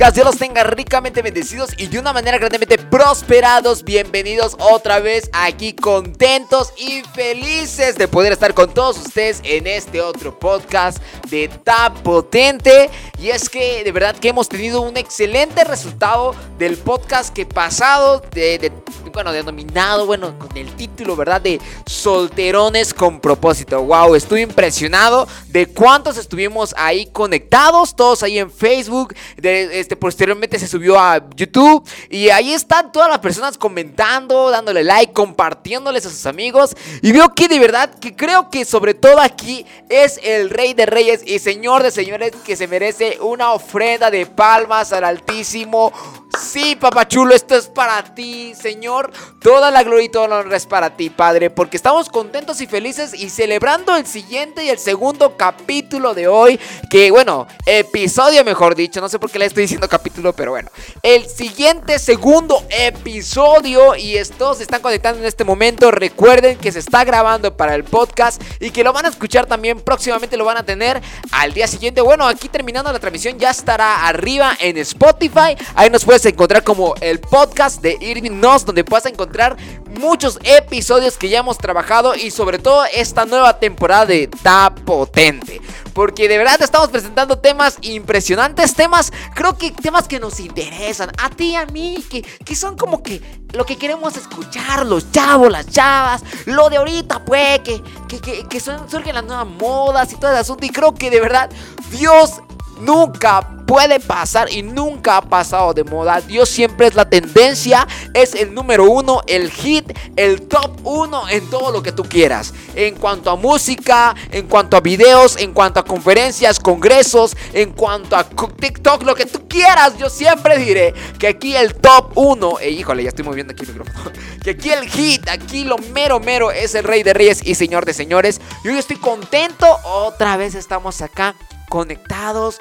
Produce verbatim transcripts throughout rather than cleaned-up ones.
chicas, Dios los tenga ricamente bendecidos y de una manera grandemente prosperados. Bienvenidos otra vez aquí, contentos y felices de poder estar con todos ustedes en este otro podcast de Tan Potente. Y es que de verdad que hemos tenido un excelente resultado del podcast que pasado, de, de, bueno, denominado, bueno, con el título, ¿verdad? De Solterones con Propósito. Wow, estoy impresionado de cuántos estuvimos ahí conectados, todos ahí en Facebook. De, este, posteriormente se subió a YouTube y ahí están todas las personas comentando, dándole like, compartiéndoles a sus amigos. Y veo que de verdad que creo que sobre todo aquí es el Rey de Reyes y Señor de Señores que se merece una ofrenda de palmas al Altísimo. Sí, papachulo, esto es para ti, Señor. Toda la gloria y toda la honra es para ti, Padre, porque estamos contentos y felices y celebrando el siguiente y el segundo capítulo de hoy. Que bueno, episodio mejor dicho, no sé por qué le estoy diciendo capítulo, pero bueno, el siguiente segundo episodio. Y estos se están conectando en este momento. Recuerden que se está grabando para el podcast y que lo van a escuchar también próximamente, lo van a tener al día siguiente. Bueno, aquí terminando la transmisión ya estará arriba en Spotify. Ahí nos puedes encontrar como el podcast de Irving Nos, donde puedes encontrar muchos episodios que ya hemos trabajado y sobre todo esta nueva temporada de Tan Potente, porque de verdad estamos presentando temas impresionantes, temas, creo que temas que nos interesan a ti y a mí, que, que son como que lo que queremos escuchar los chavos, las chavas, lo de ahorita pues, que, que, que, que son, surgen las nuevas modas y todo el asunto. Y creo que de verdad Dios nunca puede pasar y nunca ha pasado de moda. Dios siempre es la tendencia, es el número uno, el hit, el top uno en todo lo que tú quieras. En cuanto a música, en cuanto a videos, en cuanto a conferencias, congresos, en cuanto a TikTok, lo que tú quieras. Yo siempre diré que aquí el top uno, eh, híjole, ya estoy moviendo aquí el micrófono, que aquí el hit, aquí lo mero mero es el Rey de Reyes y Señor de Señores. Yo estoy contento, otra vez estamos acá conectados.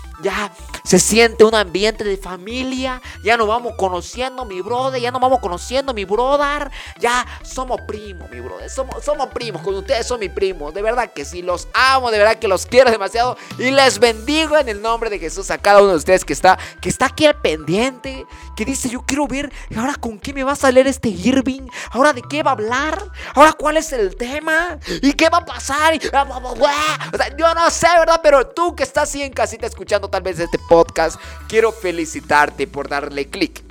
Ya se siente un ambiente de familia. Ya nos vamos conociendo, mi brother. Ya nos vamos conociendo, mi brother. Ya somos primos, mi brother. Somos, somos primos. Con ustedes son mis primos. De verdad que sí, los amo. De verdad que los quiero demasiado. Y les bendigo en el nombre de Jesús a cada uno de ustedes que está, que está aquí al pendiente. Que dice, yo quiero ver ahora con qué me va a salir este Irving. Ahora de qué va a hablar. Ahora cuál es el tema. Y qué va a pasar. O sea, yo no sé, ¿verdad? Pero tú que estás así en casita escuchando tal vez este podcast, quiero felicitarte por darle click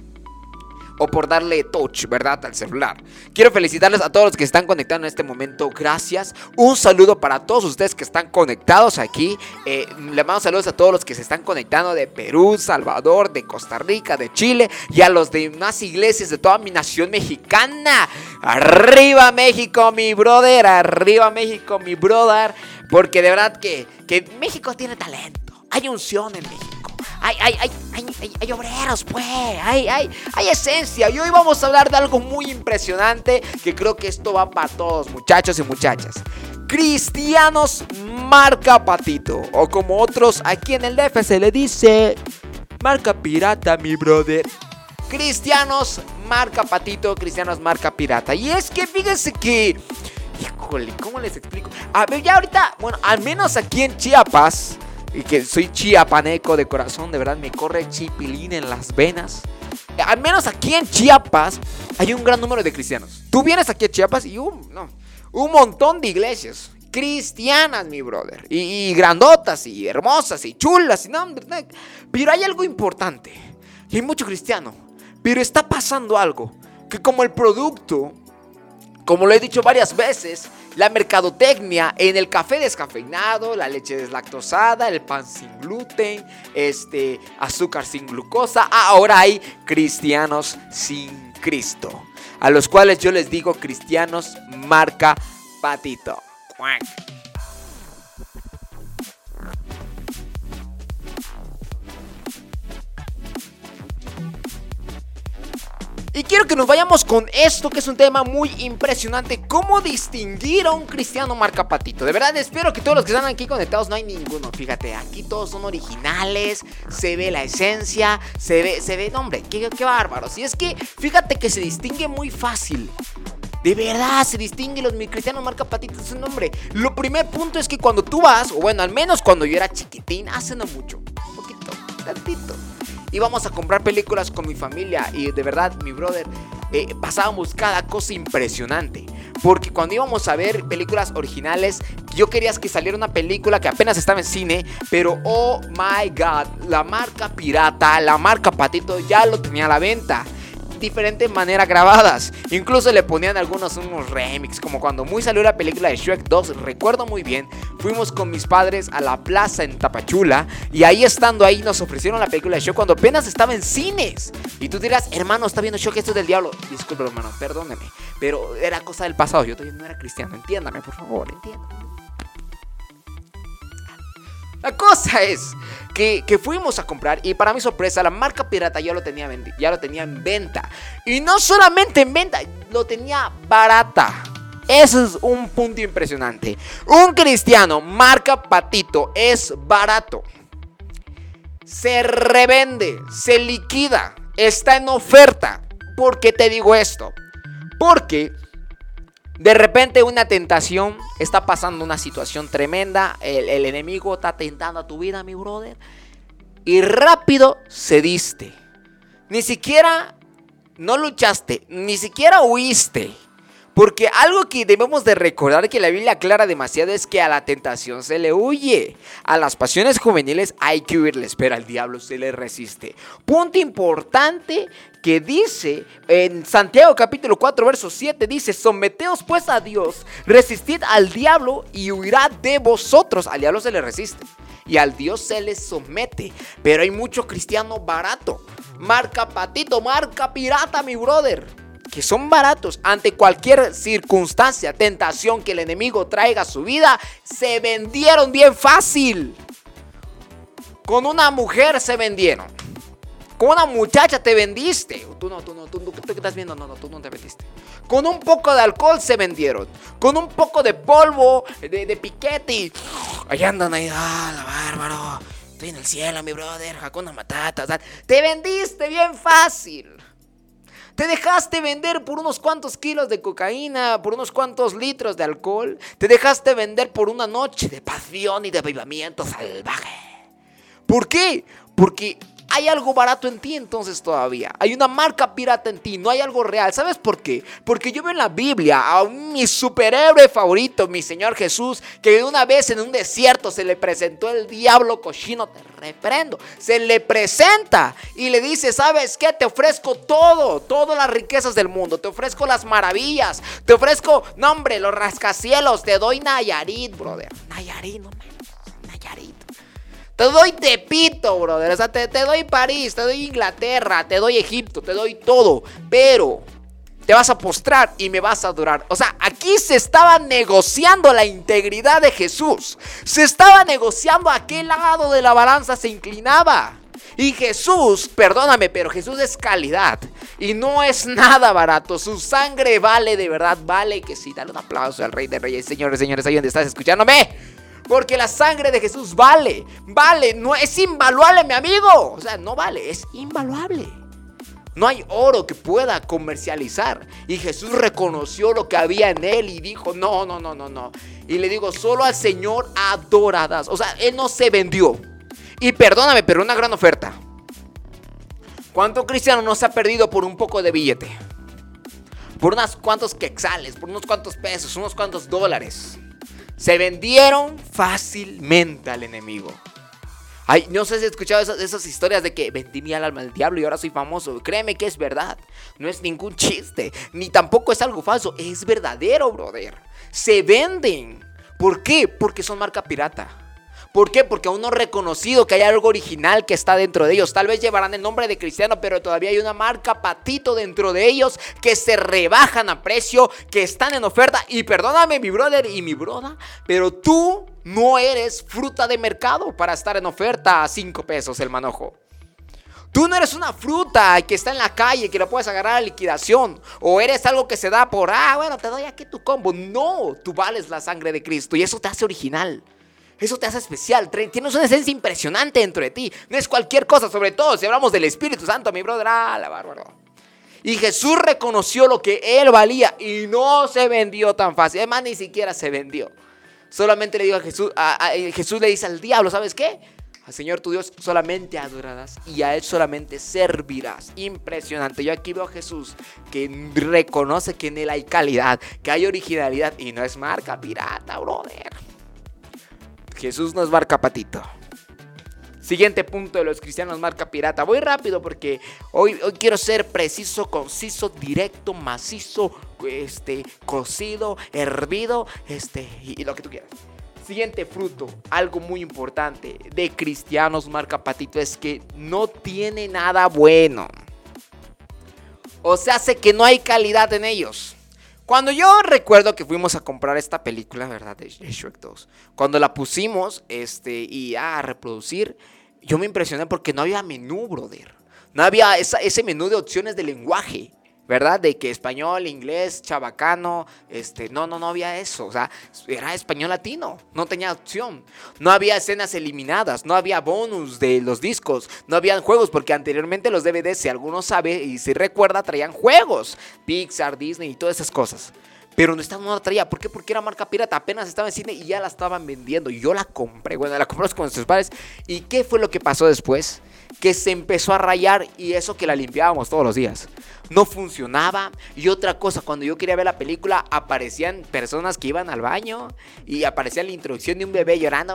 o por darle touch, ¿verdad? Al celular. Quiero felicitarles a todos los que están conectados en este momento. Gracias. Un saludo para todos ustedes que están conectados aquí. Eh, le mando saludos a todos los que se están conectando de Perú, Salvador, de Costa Rica, de Chile y a los de más iglesias de toda mi nación mexicana. Arriba México, mi brother. Arriba México, mi brother. Porque de verdad que, que México tiene talento. Hay unción en México. Hay, hay, hay, hay, hay, hay obreros, pues. Hay, hay, hay esencia. Y hoy vamos a hablar de algo muy impresionante, que creo que esto va para todos, muchachos y muchachas. Cristianos marca patito. O como otros aquí en el D F se le dice, marca pirata, mi brother. Cristianos marca patito, cristianos marca pirata. Y es que fíjense que, híjole, ¿cómo les explico? A ver, ya ahorita, bueno, al menos aquí en Chiapas, y que soy chiapaneco de corazón, de verdad me corre chipilín en las venas. Al menos aquí en Chiapas hay un gran número de cristianos. Tú vienes aquí a Chiapas y un, no, un montón de iglesias cristianas, mi brother. Y, y grandotas y hermosas y chulas y no, pero hay algo importante. Y hay mucho cristiano, pero está pasando algo, que como el producto, como lo he dicho varias veces, la mercadotecnia en el café descafeinado, la leche deslactosada, el pan sin gluten, este, azúcar sin glucosa, ahora hay cristianos sin Cristo, a los cuales yo les digo cristianos marca patito. Y quiero que nos vayamos con esto, que es un tema muy impresionante. ¿Cómo distinguir a un cristiano marca patito? De verdad, espero que todos los que están aquí conectados, no hay ninguno. Fíjate, aquí todos son originales. Se ve la esencia. Se ve, se ve, no, hombre, qué, qué bárbaros. Y es que, fíjate que se distingue muy fácil. De verdad, se distingue los cristianos marca patito. Es un nombre. Lo primer punto es que cuando tú vas, o bueno, al menos cuando yo era chiquitín, hace no mucho, un poquito, tantito, íbamos a comprar películas con mi familia y de verdad, mi brother, eh, pasábamos cada cosa impresionante. Porque cuando íbamos a ver películas originales, yo quería que saliera una película que apenas estaba en cine, pero oh my god, la marca pirata, la marca Patito ya lo tenía a la venta. Diferentes maneras grabadas. Incluso le ponían algunos unos remix, como cuando muy salió la película de Shrek dos. Recuerdo muy bien, fuimos con mis padres a la plaza en Tapachula, y ahí estando ahí nos ofrecieron la película de Shrek cuando apenas estaba en cines. Y tú dirás, hermano, está viendo Shrek, esto es del diablo. Disculpe, hermano, perdóneme, pero era cosa del pasado, yo todavía no era cristiano. Entiéndame, por favor, entiéndame. La cosa es que, que fuimos a comprar, y para mi sorpresa la marca pirata ya lo tenía vendi- ya lo tenía en venta. Y no solamente en venta, lo tenía barata. Eso es un punto impresionante. Un cristiano marca Patito es barato. Se revende, se liquida, está en oferta. ¿Por qué te digo esto? Porque de repente una tentación, está pasando una situación tremenda, el, el enemigo está tentando a tu vida, mi brother, y rápido cediste. Ni siquiera no luchaste, ni siquiera huiste. Porque algo que debemos de recordar, que la Biblia aclara demasiado, es que a la tentación se le huye. A las pasiones juveniles hay que huirles, pero al diablo se le resiste. Punto importante que dice en Santiago capítulo cuatro verso siete, dice: someteos pues a Dios, resistid al diablo y huirá de vosotros. Al diablo se le resiste y al Dios se le somete. Pero hay mucho cristiano barato, marca Patito, marca pirata, mi brother, que son baratos. Ante cualquier circunstancia, tentación que el enemigo traiga a su vida, se vendieron bien fácil. Con una mujer se vendieron. Con una muchacha te vendiste. Tú no, tú no, tú, tú, tú ¿qué estás viendo? No, no, tú no te vendiste. Con un poco de alcohol se vendieron. Con un poco de polvo, de, de piquete. Y allá andan ahí, ah, la bárbaro. Estoy en el cielo, mi brother. Hakuna Matata. O sea, te vendiste bien fácil. Te dejaste vender por unos cuantos kilos de cocaína, por unos cuantos litros de alcohol. Te dejaste vender por una noche de pasión y de avivamiento salvaje. ¿Por qué? Porque hay algo barato en ti entonces todavía. Hay una marca pirata en ti, no hay algo real. ¿Sabes por qué? Porque yo veo en la Biblia a mi superhéroe favorito, mi Señor Jesús, que una vez en un desierto se le presentó el diablo cochino, te reprendo. Se le presenta y le dice: ¿sabes qué? Te ofrezco todo, todas las riquezas del mundo. Te ofrezco las maravillas. Te ofrezco, no hombre, los rascacielos. Te doy Nayarit, brother. Nayarit, no mames, Nayarit. Te doy Tepito, brother. O sea, te, te doy París, te doy Inglaterra, te doy Egipto, te doy todo. Pero te vas a postrar y me vas a adorar. O sea, aquí se estaba negociando la integridad de Jesús. Se estaba negociando a qué lado de la balanza se inclinaba. Y Jesús, perdóname, pero Jesús es calidad. Y no es nada barato. Su sangre vale, de verdad, vale que sí. Dale un aplauso al Rey de Reyes. Señores, señores, ahí donde estás escuchándome. Porque la sangre de Jesús vale, vale, no es invaluable, mi amigo. O sea, no vale, es invaluable. No hay oro que pueda comercializar. Y Jesús reconoció lo que había en él y dijo: no, no, no, no, no. Y le digo: solo al Señor adoradas. O sea, él no se vendió. Y perdóname, pero una gran oferta. ¿Cuánto cristiano no se ha perdido por un poco de billete? Por unos cuantos quetzales, por unos cuantos pesos, unos cuantos dólares. Se vendieron fácilmente al enemigo. Ay, no sé si has escuchado esas, esas historias de que vendí mi alma al diablo y ahora soy famoso. Créeme que es verdad. No es ningún chiste. Ni tampoco es algo falso. Es verdadero, brother. Se venden. ¿Por qué? Porque son marca pirata. ¿Por qué? Porque aún no han reconocido que hay algo original que está dentro de ellos. Tal vez llevarán el nombre de cristiano, pero todavía hay una marca Patito dentro de ellos que se rebajan a precio, que están en oferta. Y perdóname, mi brother y mi broda, pero tú no eres fruta de mercado para estar en oferta a cinco pesos el manojo. Tú no eres una fruta que está en la calle, que la puedes agarrar a liquidación. O eres algo que se da por, ah, bueno, te doy aquí tu combo. No, tú vales la sangre de Cristo y eso te hace original. Eso te hace especial, tienes una esencia impresionante dentro de ti. No es cualquier cosa, sobre todo si hablamos del Espíritu Santo, mi brother, ah, la bárbaro. Y Jesús reconoció lo que él valía y no se vendió tan fácil. Además, ni siquiera se vendió. Solamente le dijo a Jesús, a, a, Jesús le dice al diablo: ¿sabes qué? Al Señor tu Dios solamente adorarás y a Él solamente servirás. Impresionante. Yo aquí veo a Jesús que reconoce que en Él hay calidad, que hay originalidad y no es marca pirata, brother. Jesús no es marca patito. Siguiente punto de los cristianos marca pirata. Voy rápido porque hoy, hoy quiero ser preciso, conciso, directo, macizo, este, cocido, hervido, este, y, y lo que tú quieras. Siguiente fruto, algo muy importante de cristianos marca patito es que no tiene nada bueno. O sea, hace que no hay calidad en ellos. Cuando yo recuerdo que fuimos a comprar esta película, ¿verdad? De Shrek dos. Cuando la pusimos este, y a reproducir, yo me impresioné porque no había menú, brother. No había esa, ese menú de opciones de lenguaje, ¿verdad? De que español, inglés, chabacano, este, no, no, no había eso. O sea, era español latino, no tenía opción. No había escenas eliminadas, no había bonus de los discos, no habían juegos, porque anteriormente los D V Ds, si alguno sabe y si recuerda, traían juegos. Pixar, Disney y todas esas cosas. Pero no, esta no la traía. ¿Por qué? Porque era marca pirata. Apenas estaba en cine y ya la estaban vendiendo. Y yo la compré. Bueno, la compramos con nuestros padres. ¿Y qué fue lo que pasó después? Que se empezó a rayar y eso que la limpiábamos todos los días. No funcionaba. Y otra cosa, cuando yo quería ver la película, aparecían personas que iban al baño y aparecía la introducción de un bebé llorando.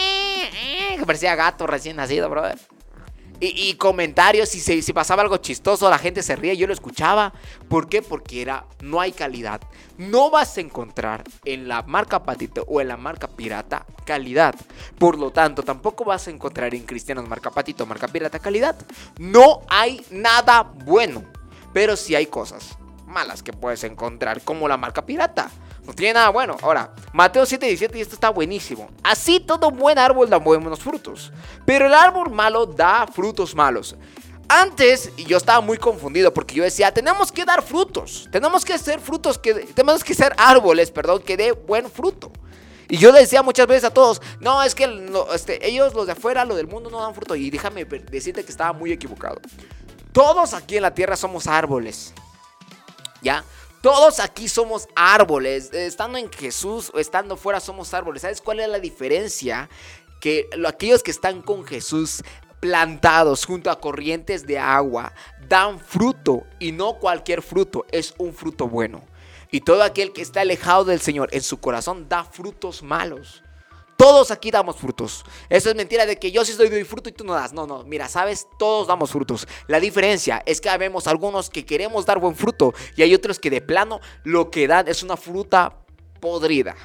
Que parecía gato recién nacido, brother. Y, y comentarios, si, se, si pasaba algo chistoso, la gente se ría y yo lo escuchaba. ¿Por qué? Porque era, no hay calidad. No vas a encontrar en la marca patito o en la marca pirata calidad. Por lo tanto, tampoco vas a encontrar en cristianos marca patito o marca pirata calidad. No hay nada bueno, pero sí hay cosas malas que puedes encontrar, como la marca pirata. No tiene nada bueno. Ahora, Mateo siete diecisiete, y esto está buenísimo. Así todo buen árbol da buenos frutos, pero el árbol malo da frutos malos. Antes yo estaba muy confundido porque yo decía, tenemos que dar frutos. Tenemos que ser frutos, que tenemos que ser árboles, perdón, que dé buen fruto. Y yo le decía muchas veces a todos, no, es que no, este, ellos, los de afuera, los del mundo, no dan fruto. Y déjame decirte que estaba muy equivocado. Todos aquí en la tierra somos árboles, ¿ya? Todos aquí somos árboles, estando en Jesús o estando fuera somos árboles. ¿Sabes cuál es la diferencia? Que aquellos que están con Jesús plantados junto a corrientes de agua dan fruto, y no cualquier fruto, es un fruto bueno. Y todo aquel que está alejado del Señor en su corazón da frutos malos. Todos aquí damos frutos. Eso es mentira de que yo sí doy fruto y tú no das. No, no, mira, sabes, todos damos frutos. La diferencia es que vemos algunos que queremos dar buen fruto y hay otros que de plano lo que dan es una fruta podrida.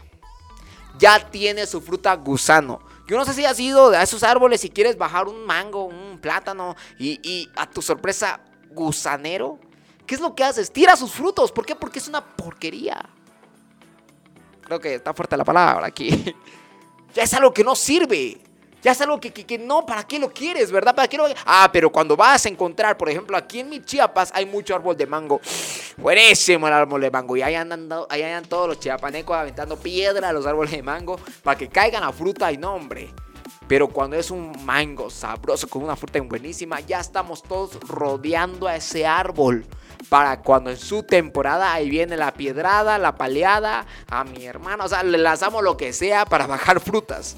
Ya tiene su fruta gusano. Yo no sé si has ido a esos árboles y quieres bajar un mango, un plátano y, y a tu sorpresa, gusanero. ¿Qué es lo que haces? Tira sus frutos. ¿Por qué? Porque es una porquería. Creo que está fuerte la palabra aquí. Ya es algo que no sirve. Ya es algo que, que, que no, ¿para qué lo quieres, verdad? ¿Para qué lo... Ah, pero cuando vas a encontrar, por ejemplo, aquí en mi Chiapas hay mucho árbol de mango. Buenísimo el árbol de mango. Y ahí andan, ahí andan todos los chiapanecos aventando piedra a los árboles de mango para que caigan la fruta y no, hombre. Pero cuando es un mango sabroso con una fruta buenísima, ya estamos todos rodeando a ese árbol. Para cuando en su temporada ahí viene la piedrada, la paleada a mi hermano. O sea, le lanzamos lo que sea para bajar frutas.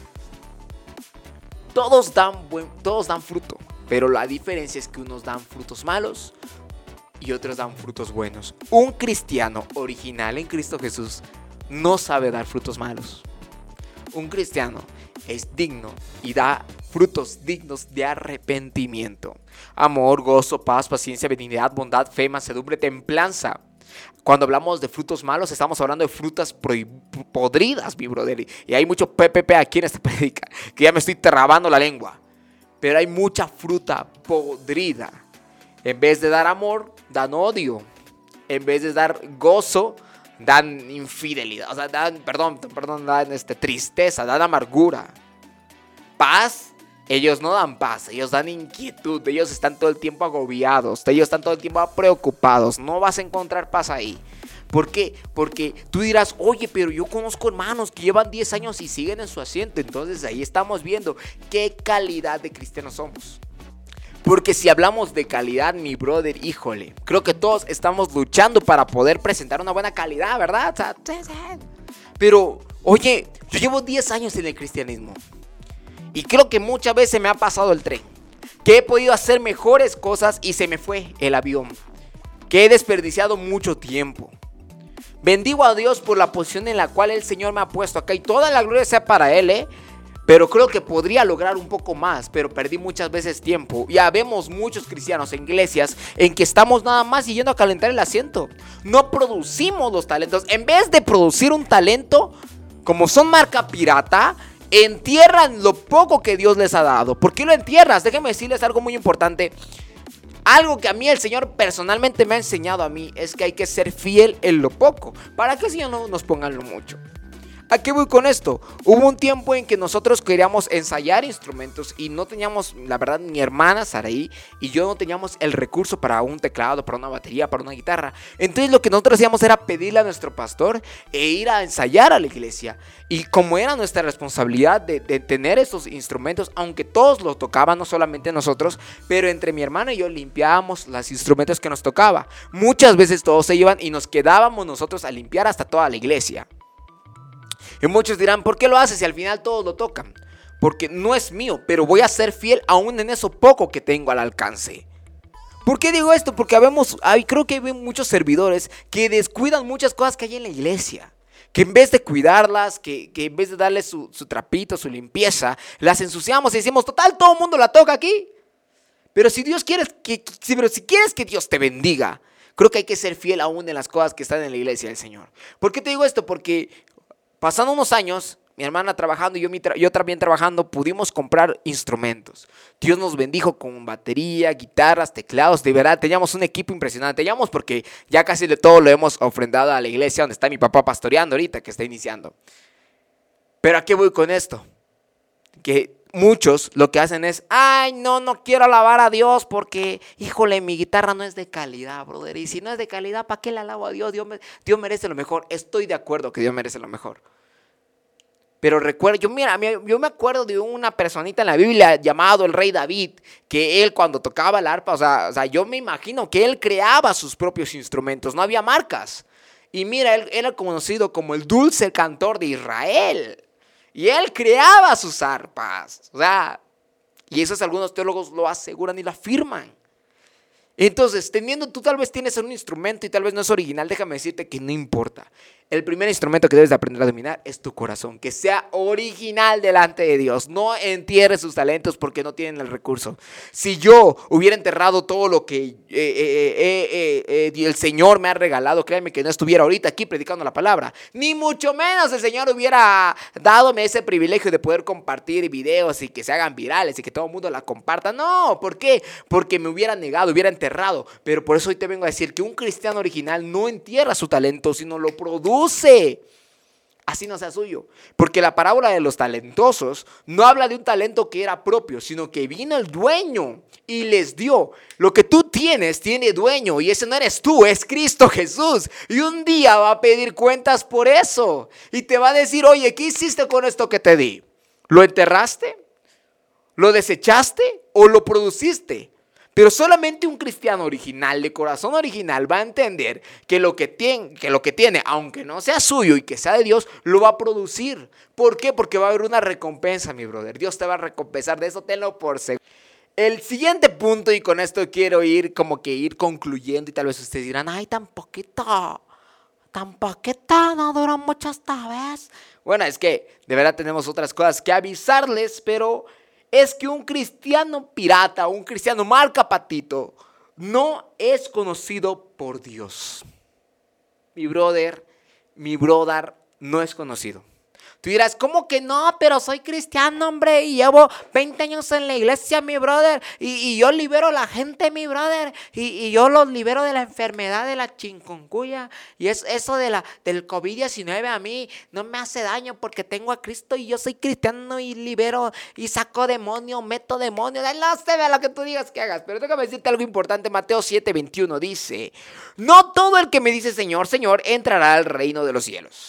Todos dan, buen, todos dan fruto. Pero la diferencia es que unos dan frutos malos y otros dan frutos buenos. Un cristiano original en Cristo Jesús no sabe dar frutos malos. Un cristiano es digno y da frutos dignos de arrepentimiento. Amor, gozo, paz, paciencia, benignidad, bondad, fe, mansedumbre, templanza. Cuando hablamos de frutos malos, estamos hablando de frutas podridas, mi brother. Y hay mucho P P P aquí en esta predica, que ya me estoy trabando la lengua. Pero hay mucha fruta podrida. En vez de dar amor, dan odio. En vez de dar gozo, dan infidelidad. O sea, dan, perdón, perdón, dan este, tristeza, dan amargura. Paz, ellos no dan paz, ellos dan inquietud. Ellos están todo el tiempo agobiados, ellos están todo el tiempo preocupados. No vas a encontrar paz ahí. ¿Por qué? Porque tú dirás, oye, pero yo conozco hermanos que llevan diez años y siguen en su asiento. Entonces ahí estamos viendo qué calidad de cristianos somos. Porque si hablamos de calidad, mi brother, híjole, creo que todos estamos luchando para poder presentar una buena calidad, ¿verdad? O sea, pero, oye, yo llevo diez años en el cristianismo. Y creo que muchas veces me ha pasado el tren. Que he podido hacer mejores cosas y se me fue el avión. Que he desperdiciado mucho tiempo. Bendigo a Dios por la posición en la cual el Señor me ha puesto acá. Y toda la gloria sea para Él, ¿eh? Pero creo que podría lograr un poco más, pero perdí muchas veces tiempo. Ya vemos muchos cristianos en iglesias en que estamos nada más yendo a calentar el asiento. No producimos los talentos. En vez de producir un talento, como son marca pirata, entierran lo poco que Dios les ha dado. ¿Por qué lo entierras? Déjenme decirles algo muy importante. Algo que a mí el Señor personalmente me ha enseñado a mí es que hay que ser fiel en lo poco, para que el Señor no nos ponga en lo mucho. ¿A qué voy con esto? Hubo un tiempo en que nosotros queríamos ensayar instrumentos y no teníamos, la verdad, mi hermana Saraí y yo no teníamos el recurso para un teclado, para una batería, para una guitarra. Entonces lo que nosotros hacíamos era pedirle a nuestro pastor e ir a ensayar a la iglesia. Y como era nuestra responsabilidad de, de tener estos instrumentos, aunque todos los tocaban, no solamente nosotros, pero entre mi hermana y yo limpiábamos los instrumentos que nos tocaba. Muchas veces todos se iban y nos quedábamos nosotros a limpiar hasta toda la iglesia. Y muchos dirán, ¿por qué lo haces si al final todos lo tocan? Porque no es mío, pero voy a ser fiel aún en eso poco que tengo al alcance. ¿Por qué digo esto? Porque habemos, hay, creo que hay muchos servidores que descuidan muchas cosas que hay en la iglesia. Que en vez de cuidarlas, que, que en vez de darles su, su trapito, su limpieza, las ensuciamos y decimos, total, todo el mundo la toca aquí. Pero si Dios quiere que, si, pero si quieres que Dios te bendiga, creo que hay que ser fiel aún en las cosas que están en la iglesia del Señor. ¿Por qué te digo esto? Porque pasando unos años, mi hermana trabajando y yo, yo también trabajando, pudimos comprar instrumentos. Dios nos bendijo con batería, guitarras, teclados. De verdad, teníamos un equipo impresionante. Teníamos porque ya casi de todo lo hemos ofrendado a la iglesia donde está mi papá pastoreando ahorita, que está iniciando. Pero ¿a qué voy con esto? Que muchos lo que hacen es, ay, no, no quiero alabar a Dios porque, híjole, mi guitarra no es de calidad, brother. Y si no es de calidad, ¿para qué le alabo a Dios? Dios, me, Dios merece lo mejor. Estoy de acuerdo que Dios merece lo mejor. Pero recuerdo, yo, mira, yo me acuerdo de una personita en la Biblia llamado el rey David, que él cuando tocaba el arpa, o sea, o sea, yo me imagino que él creaba sus propios instrumentos, no había marcas. Y mira, él era conocido como el dulce cantor de Israel. Y él creaba sus arpas. O sea, y esos algunos teólogos lo aseguran y lo afirman. Entonces, teniendo, tú tal vez tienes un instrumento y tal vez no es original, déjame decirte que no importa. El primer instrumento que debes de aprender a dominar es tu corazón, que sea original delante de Dios. No entierres sus talentos porque no tienen el recurso. Si yo hubiera enterrado todo lo que eh, eh, eh, eh, eh, el Señor me ha regalado, créanme que no estuviera ahorita aquí predicando la palabra. Ni mucho menos el Señor hubiera dadome ese privilegio de poder compartir videos y que se hagan virales y que todo el mundo la comparta. No, ¿por qué? Porque me hubiera negado, hubiera enterrado. Pero por eso hoy te vengo a decir que un cristiano original no entierra su talento, sino lo produce. Así no sea suyo. Porque la parábola de los talentosos no habla de un talento que era propio, sino que vino el dueño y les dio. Lo que tú tienes tiene dueño y ese no eres tú, es Cristo Jesús. Y un día va a pedir cuentas por eso y te va a decir, oye, ¿qué hiciste con esto que te di? ¿Lo enterraste? ¿Lo desechaste o lo produciste? Pero solamente un cristiano original, de corazón original, va a entender que lo que, tiene, que lo que tiene, aunque no sea suyo y que sea de Dios, lo va a producir. ¿Por qué? Porque va a haber una recompensa, mi brother. Dios te va a recompensar, de eso tenlo por seguro. El siguiente punto, y con esto quiero ir como que ir concluyendo, y tal vez ustedes dirán, ay, tan poquito, tan poquito, no duró mucho esta vez. Bueno, es que de verdad tenemos otras cosas que avisarles, pero es que un cristiano pirata, un cristiano marca patito, no es conocido por Dios. Mi brother, mi brother no es conocido. Tú dirás, ¿cómo que no? Pero soy cristiano, hombre, y llevo veinte años en la iglesia, mi brother, y, y yo libero a la gente, mi brother, y, y yo los libero de la enfermedad de la chikungunya, y es, eso de la, del covid diecinueve a mí no me hace daño porque tengo a Cristo y yo soy cristiano y libero y saco demonio, meto demonio, no se vea lo que tú digas que hagas, pero déjame decirte algo importante. Mateo siete veintiuno dice, no todo el que me dice Señor, Señor, entrará al reino de los cielos.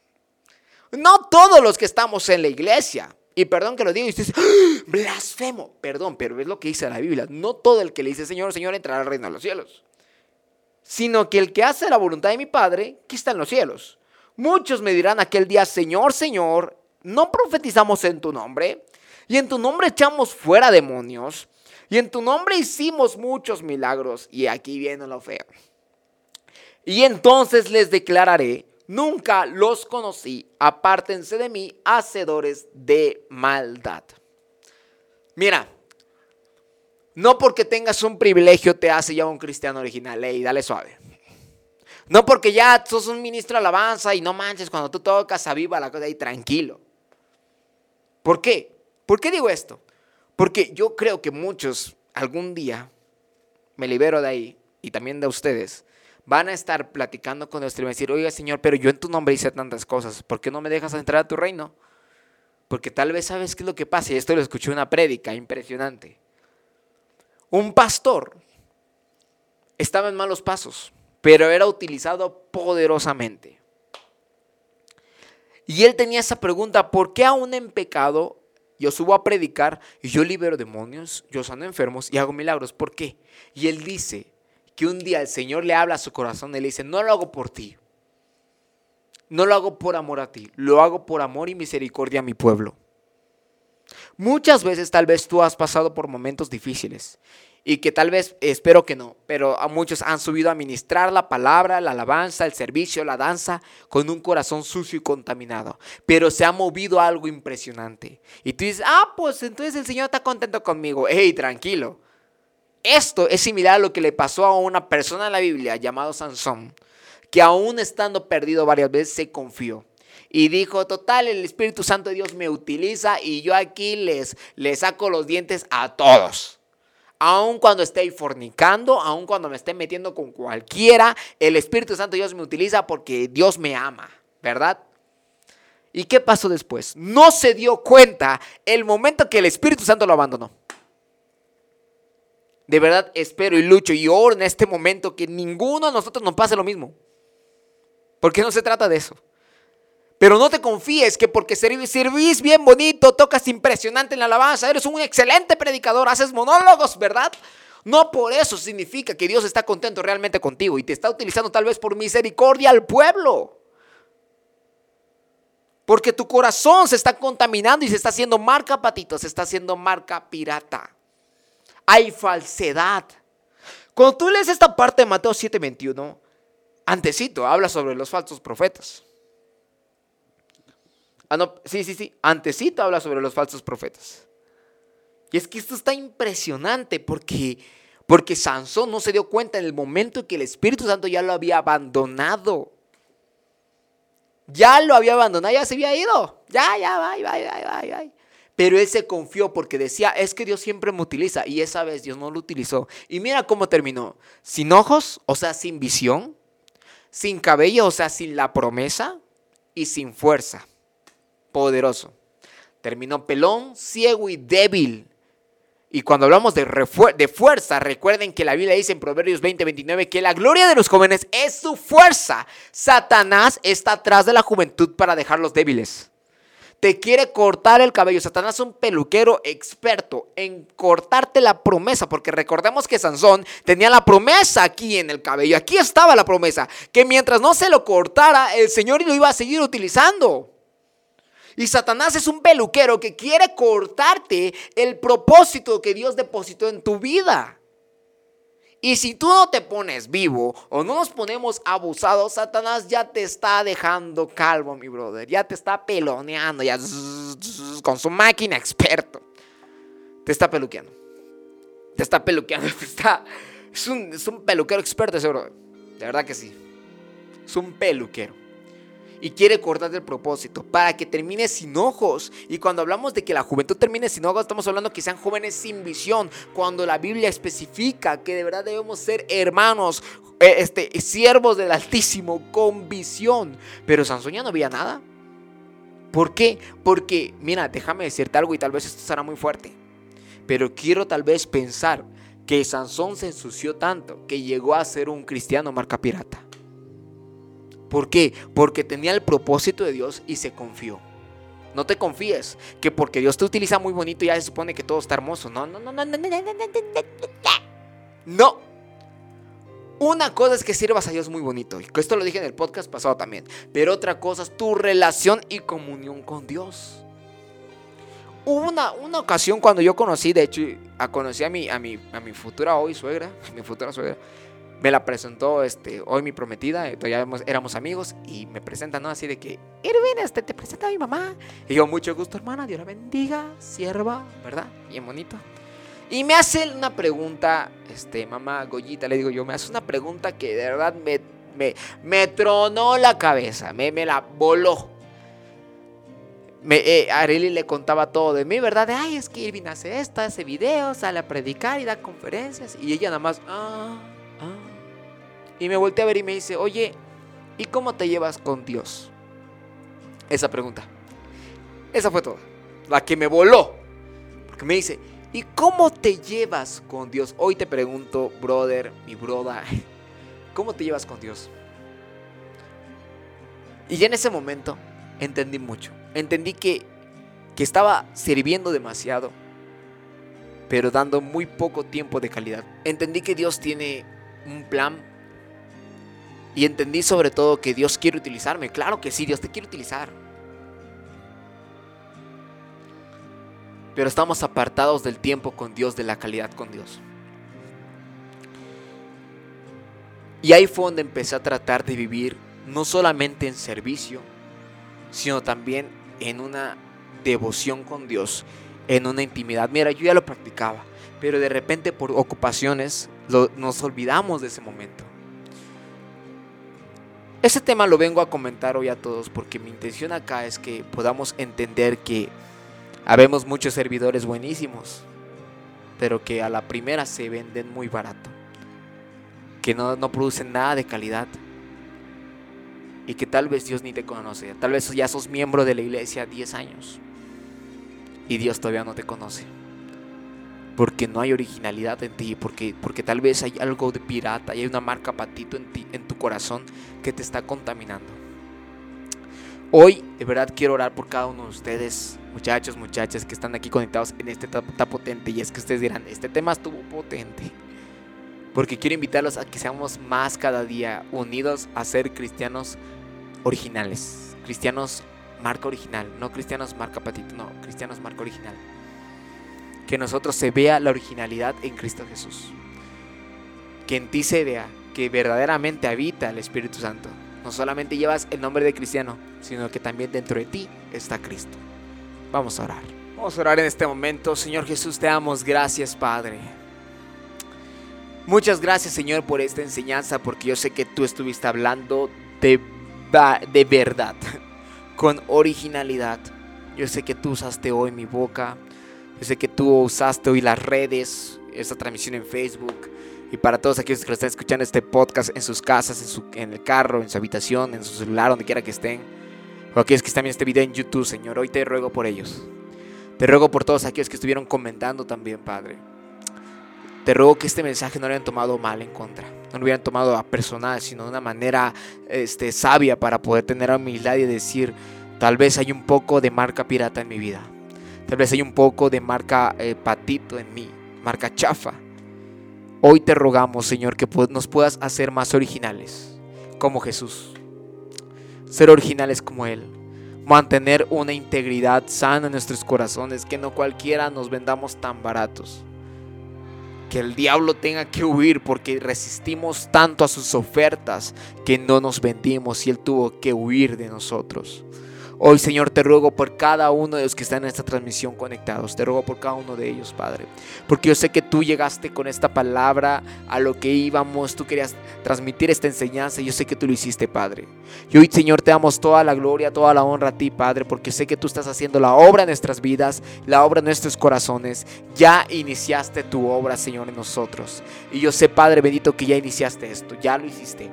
No todos los que estamos en la iglesia, y perdón que lo diga y ustedes, ¡ah! Blasfemo, perdón, pero es lo que dice la Biblia. No todo el que le dice Señor, Señor entrará al reino de los cielos, sino que el que hace la voluntad de mi Padre, que está en los cielos. Muchos me dirán aquel día, Señor, Señor, ¿no profetizamos en tu nombre? Y en tu nombre echamos fuera demonios. Y en tu nombre hicimos muchos milagros. Y aquí viene lo feo. Y entonces les declararé, nunca los conocí, apártense de mí, hacedores de maldad. Mira, no porque tengas un privilegio te hace ya un cristiano original. Ey, dale suave. No porque ya sos un ministro de alabanza y no manches, cuando tú tocas aviva la cosa ahí tranquilo. ¿Por qué? ¿Por qué digo esto? Porque yo creo que muchos algún día, me libero de ahí y también de ustedes, van a estar platicando con Dios y van a decir, oiga Señor, pero yo en tu nombre hice tantas cosas, ¿por qué no me dejas entrar a tu reino? Porque tal vez sabes qué es lo que pasa, y esto lo escuché en una prédica impresionante. Un pastor estaba en malos pasos, pero era utilizado poderosamente. Y él tenía esa pregunta, ¿por qué aún en pecado yo subo a predicar y yo libero demonios, yo sano enfermos y hago milagros? ¿Por qué? Y él dice que un día el Señor le habla a su corazón y le dice, no lo hago por ti, no lo hago por amor a ti, lo hago por amor y misericordia a mi pueblo. Muchas veces tal vez tú has pasado por momentos difíciles y que tal vez, espero que no, pero a muchos han subido a ministrar la palabra, la alabanza, el servicio, la danza con un corazón sucio y contaminado, pero se ha movido algo impresionante y tú dices, ah, pues entonces el Señor está contento conmigo. Hey, tranquilo. Esto es similar a lo que le pasó a una persona en la Biblia llamado Sansón, que aún estando perdido varias veces se confió y dijo, total, el Espíritu Santo de Dios me utiliza y yo aquí les, les saco los dientes a todos. Aun cuando esté fornicando, aun cuando me esté metiendo con cualquiera, el Espíritu Santo de Dios me utiliza porque Dios me ama, ¿verdad? ¿Y qué pasó después? No se dio cuenta el momento que el Espíritu Santo lo abandonó. De verdad espero y lucho y oro en este momento que ninguno de nosotros nos pase lo mismo. Porque no se trata de eso. Pero no te confíes que porque servís bien bonito, tocas impresionante en la alabanza, eres un excelente predicador, haces monólogos, ¿verdad? No por eso significa que Dios está contento realmente contigo y te está utilizando tal vez por misericordia al pueblo. Porque tu corazón se está contaminando y se está haciendo marca patito, se está haciendo marca pirata. Hay falsedad. Cuando tú lees esta parte de Mateo siete veintiuno, antecito habla sobre los falsos profetas. Ah, no, sí, sí, sí. Antecito habla sobre los falsos profetas. Y es que esto está impresionante porque, porque Sansón no se dio cuenta en el momento en que el Espíritu Santo ya lo había abandonado. Ya lo había abandonado, ya se había ido. Ya, ya, bye, bye, bye, bye, bye. Pero él se confió porque decía, es que Dios siempre me utiliza. Y esa vez Dios no lo utilizó. Y mira cómo terminó. Sin ojos, o sea, sin visión. Sin cabello, o sea, sin la promesa. Y sin fuerza. Poderoso. Terminó pelón, ciego y débil. Y cuando hablamos de, refu- de fuerza, recuerden que la Biblia dice en Proverbios veinte veintinueve que la gloria de los jóvenes es su fuerza. Satanás está atrás de la juventud para dejarlos débiles. Te quiere cortar el cabello. Satanás es un peluquero experto en cortarte la promesa. Porque recordemos que Sansón tenía la promesa aquí en el cabello. Aquí estaba la promesa. Que mientras no se lo cortara, el Señor lo iba a seguir utilizando. Y Satanás es un peluquero que quiere cortarte el propósito que Dios depositó en tu vida. Y si tú no te pones vivo o no nos ponemos abusados, Satanás ya te está dejando calvo, mi brother. Ya te está peloneando, ya con su máquina experto. Te está peluqueando. Te está peluqueando. Te está, es, un, es un peluquero experto ese brother. De verdad que sí. Es un peluquero. Y quiere cortarte el propósito para que termines sin ojos. Y cuando hablamos de que la juventud termine sin ojos, estamos hablando que sean jóvenes sin visión. Cuando la Biblia especifica que de verdad debemos ser hermanos, eh, este, siervos del Altísimo con visión. Pero Sansón ya no veía nada. ¿Por qué? Porque, mira, déjame decirte algo y tal vez esto será muy fuerte. Pero quiero tal vez pensar que Sansón se ensució tanto que llegó a ser un cristiano marca pirata. ¿Por qué? Porque tenía el propósito de Dios y se confió. No te confíes que porque Dios te utiliza muy bonito ya se supone que todo está hermoso. No, no, no, no, no, no, no, no, no, no. No. Una cosa es que sirvas a Dios muy bonito. Y esto lo dije en el podcast pasado también. Pero otra cosa es tu relación y comunión con Dios. Hubo una, una ocasión cuando yo conocí, de hecho, a conocí a mi, a mi, a mi futura hoy suegra, mi futura suegra. Me la presentó este, hoy mi prometida, todavía éramos, éramos amigos y me presentan, ¿no? Así de que, Irvin, este, te presenta a mi mamá. Y yo, mucho gusto, hermana, Dios la bendiga, sierva, ¿verdad? Bien bonito. Y me hace una pregunta, este, mamá Goyita, le digo yo, me hace una pregunta que de verdad me, me, me tronó la cabeza, me, me la voló. Me, eh, Arely le contaba todo de mí, ¿verdad? De, ay, es que Irvin hace esto, hace videos, sale a predicar y da conferencias. Y ella nada más, ah... Ah. Y me volteé a ver y me dice, oye, ¿y cómo te llevas con Dios? Esa pregunta. Esa fue toda. La que me voló. Porque me dice, ¿y cómo te llevas con Dios? Hoy te pregunto, brother, mi broda, ¿cómo te llevas con Dios? Y ya en ese momento entendí mucho. Entendí que, que estaba sirviendo demasiado, pero dando muy poco tiempo de calidad. Entendí que Dios tiene un plan y entendí sobre todo que Dios quiere utilizarme. Claro que sí, Dios te quiere utilizar, pero estamos apartados del tiempo con Dios, de la calidad con Dios. Y ahí fue donde empecé a tratar de vivir no solamente en servicio, sino también en una devoción con Dios, en una intimidad. Mira, yo ya lo practicaba, pero de repente por ocupaciones lo, nos olvidamos de ese momento. Ese tema lo vengo a comentar hoy a todos porque mi intención acá es que podamos entender que habemos muchos servidores buenísimos, pero que a la primera se venden muy barato, que no, no producen nada de calidad, y que tal vez Dios ni te conoce. Tal vez ya sos miembro de la iglesia diez años y Dios todavía no te conoce, porque no hay originalidad en ti, porque, porque tal vez hay algo de pirata y hay una marca patito en ti, en tu corazón, que te está contaminando. Hoy de verdad quiero orar por cada uno de ustedes, muchachos, muchachas que están aquí conectados en este tema tan potente. Y es que ustedes dirán, este tema estuvo potente, porque quiero invitarlos a que seamos más cada día unidos a ser cristianos originales, cristianos marca original, no cristianos marca patito, no, cristianos marca original. Que en nosotros se vea la originalidad en Cristo Jesús, que en ti se vea que verdaderamente habita el Espíritu Santo. No solamente llevas el nombre de cristiano, sino que también dentro de ti está Cristo. Vamos a orar. Vamos a orar en este momento. Señor Jesús, te damos gracias, Padre. Muchas gracias, Señor, por esta enseñanza, porque yo sé que tú estuviste hablando de, de verdad, con originalidad. Yo sé que tú usaste hoy mi boca. Yo sé que tú usaste hoy las redes, esta transmisión en Facebook. Y para todos aquellos que están escuchando este podcast en sus casas, en, su, en el carro, en su habitación, en su celular, donde quiera que estén, o aquellos que están viendo este video en YouTube, Señor, hoy te ruego por ellos. Te ruego por todos aquellos que estuvieron comentando también, Padre. Te ruego que este mensaje no lo hayan tomado mal en contra, no lo hubieran tomado a personal, sino de una manera este, sabia, para poder tener humildad y decir, tal vez hay un poco de marca pirata en mi vida. Tal vez hay un poco de marca eh, patito en mí, marca chafa. Hoy te rogamos, Señor, que nos puedas hacer más originales, como Jesús. Ser originales como Él. Mantener una integridad sana en nuestros corazones, que no cualquiera nos vendamos tan baratos. Que el diablo tenga que huir porque resistimos tanto a sus ofertas que no nos vendimos y Él tuvo que huir de nosotros. Hoy, Señor, te ruego por cada uno de los que están en esta transmisión conectados. Te ruego por cada uno de ellos, Padre, porque yo sé que tú llegaste con esta palabra a lo que íbamos. Tú querías transmitir esta enseñanza y yo sé que tú lo hiciste, Padre. Y hoy, Señor, te damos toda la gloria, toda la honra a ti, Padre, porque sé que tú estás haciendo la obra en nuestras vidas, la obra en nuestros corazones. Ya iniciaste tu obra, Señor, en nosotros. Y yo sé, Padre bendito, que ya iniciaste esto, ya lo hiciste.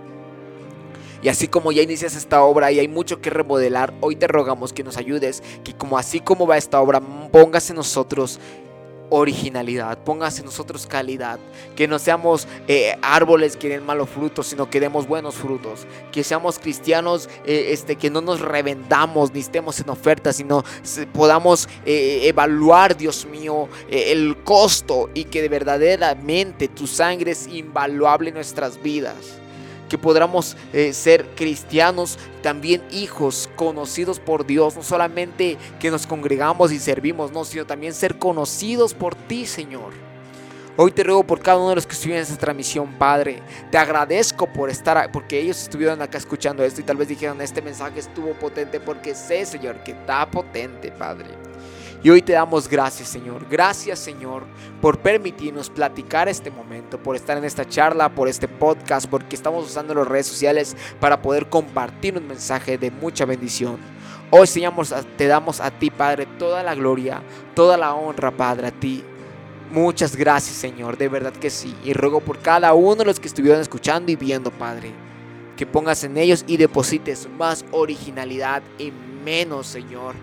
Y así como ya inicias esta obra y hay mucho que remodelar, hoy te rogamos que nos ayudes, que como así como va esta obra, pongas en nosotros originalidad, pongas en nosotros calidad, que no seamos eh, árboles que den malos frutos, sino que demos buenos frutos, que seamos cristianos eh, este, que no nos revendamos ni estemos en ofertas, sino podamos eh, evaluar, Dios mío, eh, el costo, y que de verdaderamente tu sangre es invaluable en nuestras vidas. que podamos eh, ser cristianos, también hijos conocidos por Dios, no solamente que nos congregamos y servimos, no, sino también ser conocidos por ti, Señor. Hoy te ruego por cada uno de los que estuvieron en esta transmisión, Padre. Te agradezco por estar, porque ellos estuvieron acá escuchando esto y tal vez dijeron, este mensaje estuvo potente, porque sé, Señor, que está potente, Padre. Y hoy te damos gracias, Señor. Gracias, Señor, por permitirnos platicar este momento, por estar en esta charla, por este podcast, porque estamos usando las redes sociales para poder compartir un mensaje de mucha bendición. Hoy, Señor, te damos a ti, Padre, toda la gloria, toda la honra, Padre, a ti. Muchas gracias, Señor, de verdad que sí. Y ruego por cada uno de los que estuvieron escuchando y viendo, Padre, que pongas en ellos y deposites más originalidad y menos, Señor,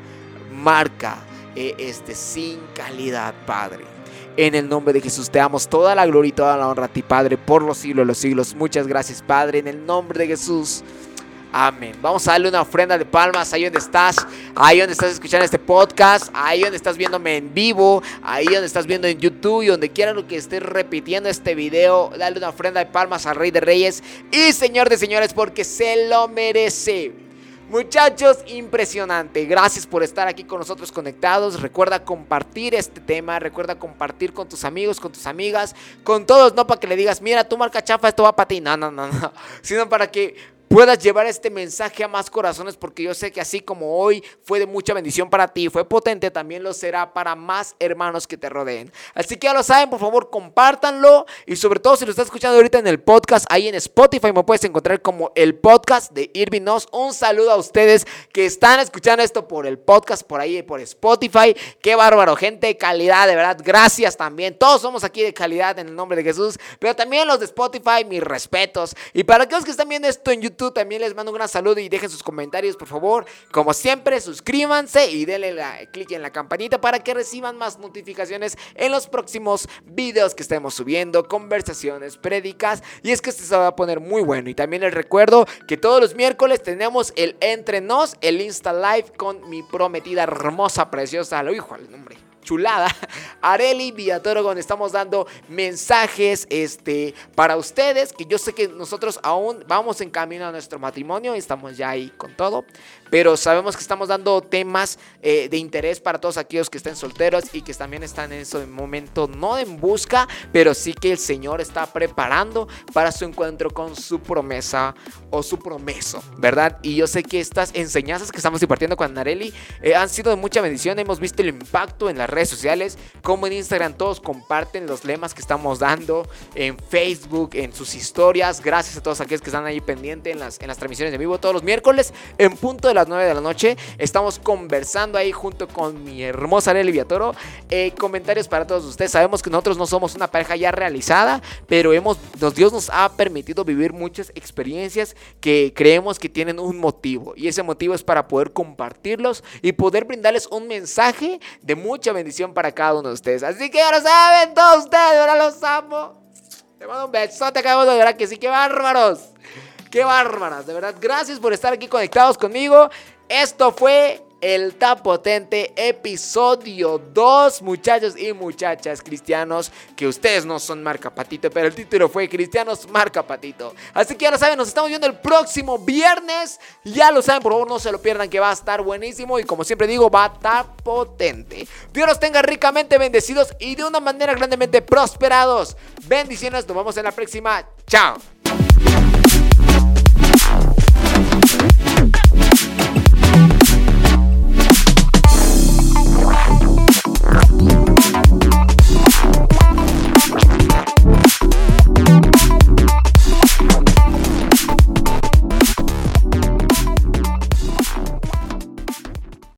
marca eh, este, sin calidad, Padre. En el nombre de Jesús te damos toda la gloria y toda la honra a ti, Padre, por los siglos de los siglos. Muchas gracias, Padre, en el nombre de Jesús. Amén. Vamos a darle una ofrenda de palmas ahí donde estás, ahí donde estás escuchando este podcast, ahí donde estás viéndome en vivo, ahí donde estás viendo en YouTube y donde quiera lo que estés repitiendo este video. Dale una ofrenda de palmas al Rey de Reyes y Señor de Señores, porque se lo merece. Muchachos, impresionante. Gracias por estar aquí con nosotros conectados. Recuerda compartir este tema, recuerda compartir con tus amigos, con tus amigas, con todos, no para que le digas, mira, tu marca chafa, esto va para ti. No, no, no, no, sino para que puedas llevar este mensaje a más corazones, porque yo sé que así como hoy fue de mucha bendición para ti, fue potente, también lo será para más hermanos que te rodeen. Así que ya lo saben, por favor, compártanlo, y sobre todo si lo estás escuchando ahorita en el podcast, ahí en Spotify me puedes encontrar como el podcast de Irving Oz. Un saludo a ustedes que están escuchando esto por el podcast, por ahí, por Spotify. Qué bárbaro, gente de calidad, de verdad, gracias también. Todos somos aquí de calidad en el nombre de Jesús, pero también los de Spotify, mis respetos. Y para aquellos que están viendo esto en YouTube, también les mando un gran saludo y dejen sus comentarios, por favor. Como siempre, suscríbanse y denle la, clic en la campanita para que reciban más notificaciones en los próximos videos que estemos subiendo, conversaciones, prédicas. Y es que este se va a poner muy bueno. Y también les recuerdo que todos los miércoles tenemos el Entre Nos, el Insta Live con mi prometida hermosa, preciosa, lo hijo al nombre. chulada, Arely Villatoro, donde estamos dando mensajes este, para ustedes, que yo sé que nosotros aún vamos en camino a nuestro matrimonio, estamos ya ahí con todo, pero sabemos que estamos dando temas eh, de interés para todos aquellos que estén solteros y que también están en ese momento, no en busca, pero sí que el Señor está preparando para su encuentro con su promesa o su promeso, ¿verdad? Y yo sé que estas enseñanzas que estamos impartiendo con Arely eh, han sido de mucha bendición. Hemos visto el impacto en las redes sociales, como en Instagram todos comparten los lemas que estamos dando, en Facebook, en sus historias. Gracias a todos aquellos que están ahí pendientes en las, en las transmisiones de vivo todos los miércoles en punto de las nueve de la noche. Estamos conversando ahí junto con mi hermosa Arely Villatoro. Eh, comentarios para todos ustedes. Sabemos que nosotros no somos una pareja ya realizada, pero hemos, nos, Dios nos ha permitido vivir muchas experiencias que creemos que tienen un motivo, y ese motivo es para poder compartirlos y poder brindarles un mensaje de mucha bendición para cada uno de ustedes. Así que ya lo saben todos ustedes, ahora los amo. Te mando un besote, acabamos de verdad que sí, qué bárbaros, qué bárbaras, de verdad. Gracias por estar aquí conectados conmigo. Esto fue el Tan Potente episodio dos, muchachos y muchachas cristianos, que ustedes no son marca patito, pero el título fue Cristianos marca patito. Así que ya lo saben, nos estamos viendo el próximo viernes. Ya lo saben, por favor no se lo pierdan, que va a estar buenísimo. Y como siempre digo, va a estar potente. Dios los tenga ricamente bendecidos y de una manera grandemente prosperados. Bendiciones, nos vemos en la próxima. Chao.